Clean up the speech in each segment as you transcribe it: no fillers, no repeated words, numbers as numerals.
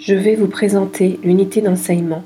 Je vais vous présenter l'unité d'enseignement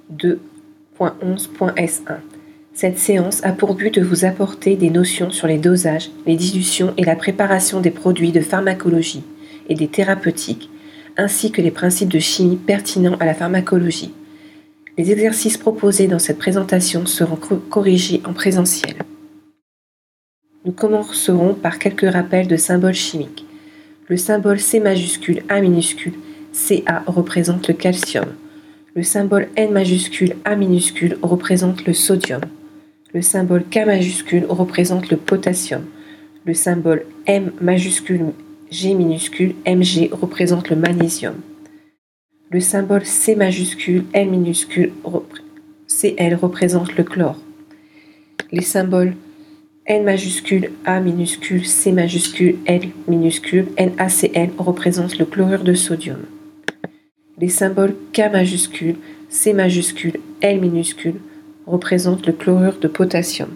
2.11.S1. Cette séance a pour but de vous apporter des notions sur les dosages, les dilutions et la préparation des produits de pharmacologie et des thérapeutiques, ainsi que les principes de chimie pertinents à la pharmacologie. Les exercices proposés dans cette présentation seront corrigés en présentiel. Nous commencerons par quelques rappels de symboles chimiques. Le symbole C majuscule A minuscule, Ca représente le calcium. Le symbole N majuscule A minuscule représente le sodium. Le symbole K majuscule représente le potassium. Le symbole M majuscule G minuscule Mg représente le magnésium. Le symbole C majuscule L minuscule Cl représente le chlore. Les symboles N majuscule A minuscule C majuscule L minuscule NaCl représentent le chlorure de sodium. Les symboles K majuscule C majuscule L minuscule représentent le chlorure de potassium.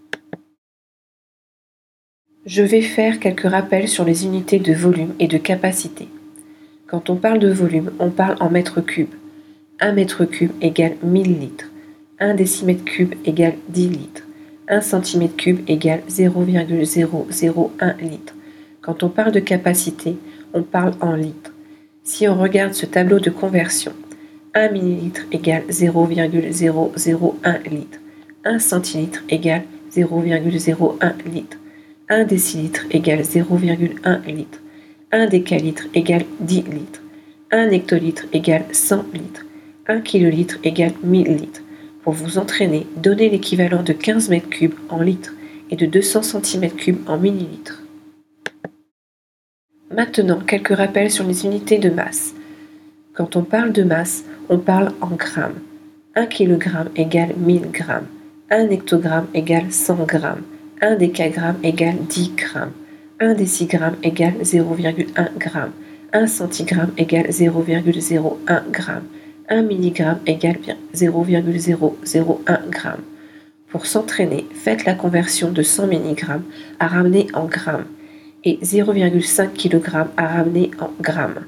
Je vais faire quelques rappels sur les unités de volume et de capacité. Quand on parle de volume, on parle en mètres cubes. 1 mètre cube égale 1000 litres. 1 décimètre cube égale 10 litres. 1 cm cube égale 0,001 litre. Quand on parle de capacité, on parle en litres. Si on regarde ce tableau de conversion, 1 millilitre égale 0,001 litre. 1 centilitre égale 0,01 litre. 1 décilitre égale 0,1 litre. 1 décalitre égale 10 litres. 1 hectolitre égale 100 litres. 1 kilolitre égale 1000 litres. Pour vous entraîner, donnez l'équivalent de 15 mètres cubes en litres et de 200 cm3 en millilitres. Maintenant, quelques rappels sur les unités de masse. Quand on parle de masse, on parle en grammes. 1 kg égale 1000 g. 1 hectogramme égale 100 g. 1 décagramme égale 10 g. 1 décigramme égale 0,1 g. 1 centigramme égale 0,01 g. 1 mg égale 0,001 g. Pour s'entraîner, faites la conversion de 100 mg à ramener en grammes et 0,5 kg à ramener en grammes.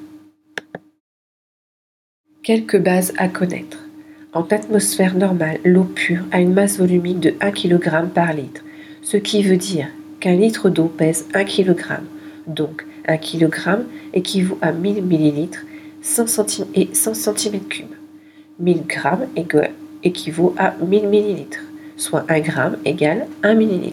Quelques bases à connaître. En atmosphère normale, l'eau pure a une masse volumique de 1 kg par litre, ce qui veut dire qu'un litre d'eau pèse 1 kg. Donc, 1 kg équivaut à 1000 ml 100 cm3. 1000 g équivaut à 1000 ml, soit 1 g égale 1 ml.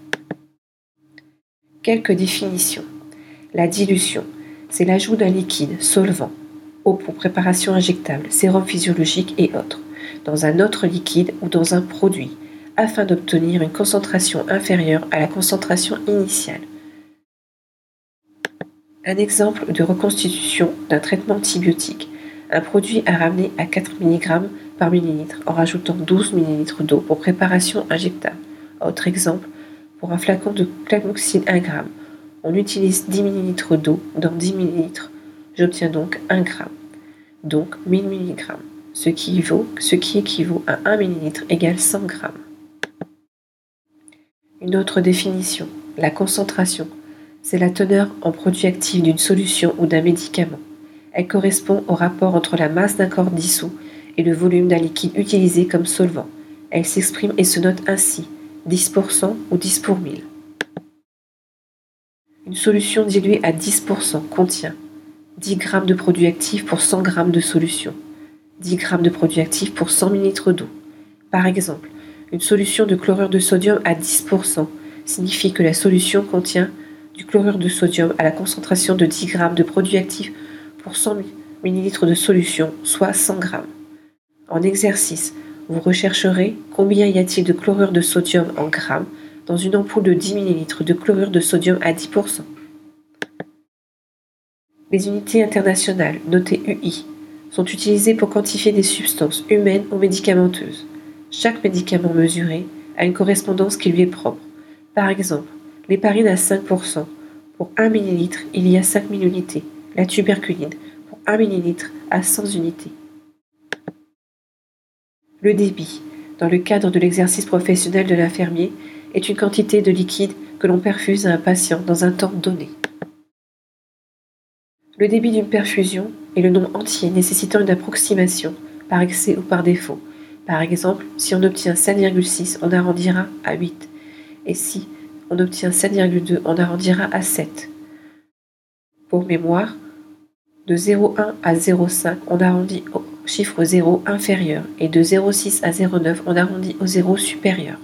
Quelques définitions. La dilution, c'est l'ajout d'un liquide, solvant, eau pour préparation injectable, sérum physiologique et autres, dans un autre liquide ou dans un produit, afin d'obtenir une concentration inférieure à la concentration initiale. Un exemple de reconstitution d'un traitement antibiotique. Un produit à ramener à 4 mg par millilitre en rajoutant 12 ml d'eau pour préparation injectable. Autre exemple, pour un flacon de clamoxyl 1 g, on utilise 10 ml d'eau dans 10 ml. J'obtiens donc 1 g, donc 1000 mg, ce qui équivaut à 1 ml égale 100 g. Une autre définition, la concentration, c'est la teneur en produit actif d'une solution ou d'un médicament. Elle correspond au rapport entre la masse d'un corps dissous et le volume d'un liquide utilisé comme solvant. Elle s'exprime et se note ainsi, 10% ou 10 pour 1000. Une solution diluée à 10% contient 10 g de produit actif pour 100 g de solution, 10 g de produit actif pour 100 ml d'eau. Par exemple, une solution de chlorure de sodium à 10% signifie que la solution contient du chlorure de sodium à la concentration de 10 g de produit actif pour 100 ml de solution, soit 100 g. En exercice, vous rechercherez combien y a-t-il de chlorure de sodium en grammes dans une ampoule de 10 ml de chlorure de sodium à 10%. Les unités internationales, notées UI, sont utilisées pour quantifier des substances humaines ou médicamenteuses. Chaque médicament mesuré a une correspondance qui lui est propre. Par exemple, l'héparine à 5%. Pour 1 ml, il y a 5000 unités. La tuberculine, pour 1 ml, à 100 unités. Le débit, dans le cadre de l'exercice professionnel de l'infirmier, est une quantité de liquide que l'on perfuse à un patient dans un temps donné. Le débit d'une perfusion et le nombre entier nécessitant une approximation, par excès ou par défaut. Par exemple, si on obtient 7,6, on arrondira à 8, et si on obtient 7,2, on arrondira à 7. Pour mémoire, de 0,1 à 0,5, on arrondit au chiffre 0 inférieur, et de 0,6 à 0,9, on arrondit au 0 supérieur.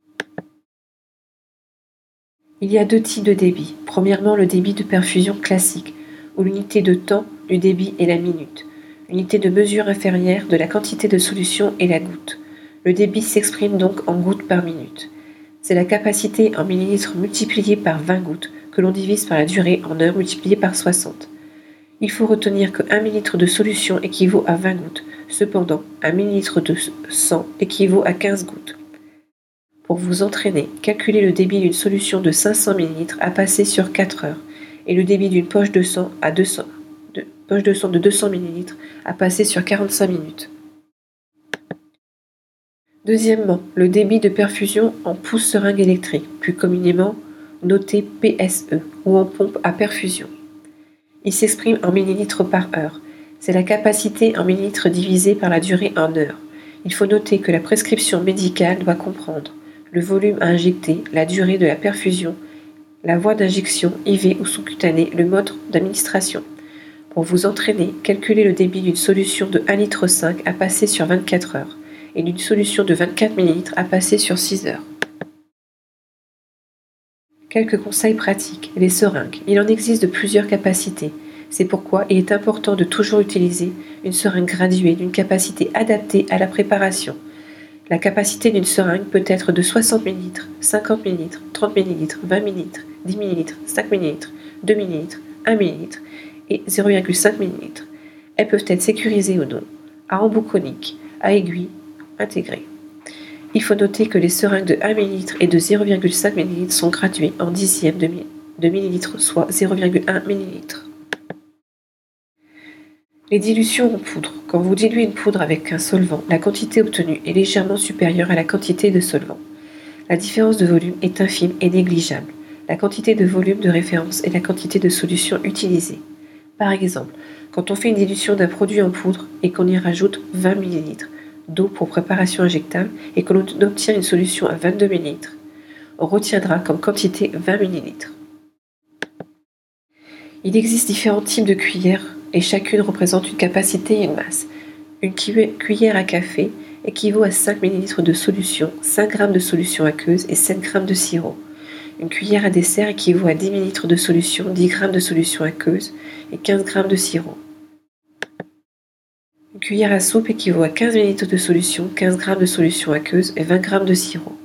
Il y a deux types de débit. Premièrement, le débit de perfusion classique, où l'unité de temps du débit est la minute. L'unité de mesure inférieure de la quantité de solution est la goutte. Le débit s'exprime donc en gouttes par minute. C'est la capacité en millilitres multipliée par 20 gouttes que l'on divise par la durée en heures multipliée par 60. Il faut retenir que 1 ml de solution équivaut à 20 gouttes. Cependant, 1 ml de sang équivaut à 15 gouttes. Pour vous entraîner, calculez le débit d'une solution de 500 ml à passer sur 4 heures et le débit d'une poche de sang de 200 ml à passer sur 45 minutes. Deuxièmement, le débit de perfusion en pousse-seringue électrique, plus communément noté PSE, ou en pompe à perfusion. Il s'exprime en millilitres par heure. C'est la capacité en millilitres divisée par la durée en heures. Il faut noter que la prescription médicale doit comprendre le volume à injecter, la durée de la perfusion, la voie d'injection, IV ou sous-cutanée, le mode d'administration. Pour vous entraîner, calculez le débit d'une solution de 1,5 litre à passer sur 24 heures et d'une solution de 24 ml à passer sur 6 heures. Quelques conseils pratiques. Les seringues. Il en existe de plusieurs capacités. C'est pourquoi il est important de toujours utiliser une seringue graduée d'une capacité adaptée à la préparation. La capacité d'une seringue peut être de 60 ml, 50 ml, 30 ml, 20 ml, 10 ml, 5 ml, 2 ml, 1 ml et 0,5 ml. Elles peuvent être sécurisées ou non, à embout conique, à aiguille, intégrée. Il faut noter que les seringues de 1 ml et de 0,5 ml sont graduées en dixièmes de millilitre, soit 0,1 ml. Les dilutions en poudre. Quand vous diluez une poudre avec un solvant, la quantité obtenue est légèrement supérieure à la quantité de solvant. La différence de volume est infime et négligeable. La quantité de volume de référence est la quantité de solution utilisée. Par exemple, quand on fait une dilution d'un produit en poudre et qu'on y rajoute 20 ml d'eau pour préparation injectable et que l'on obtient une solution à 22 ml, on retiendra comme quantité 20 ml. Il existe différents types de cuillères et chacune représente une capacité et une masse. Une cuillère à café équivaut à 5 ml de solution, 5 g de solution aqueuse et 7 g de sirop. Une cuillère à dessert équivaut à 10 ml de solution, 10 g de solution aqueuse et 15 g de sirop. Une cuillère à soupe équivaut à 15 ml de solution, 15 g de solution aqueuse et 20 g de sirop.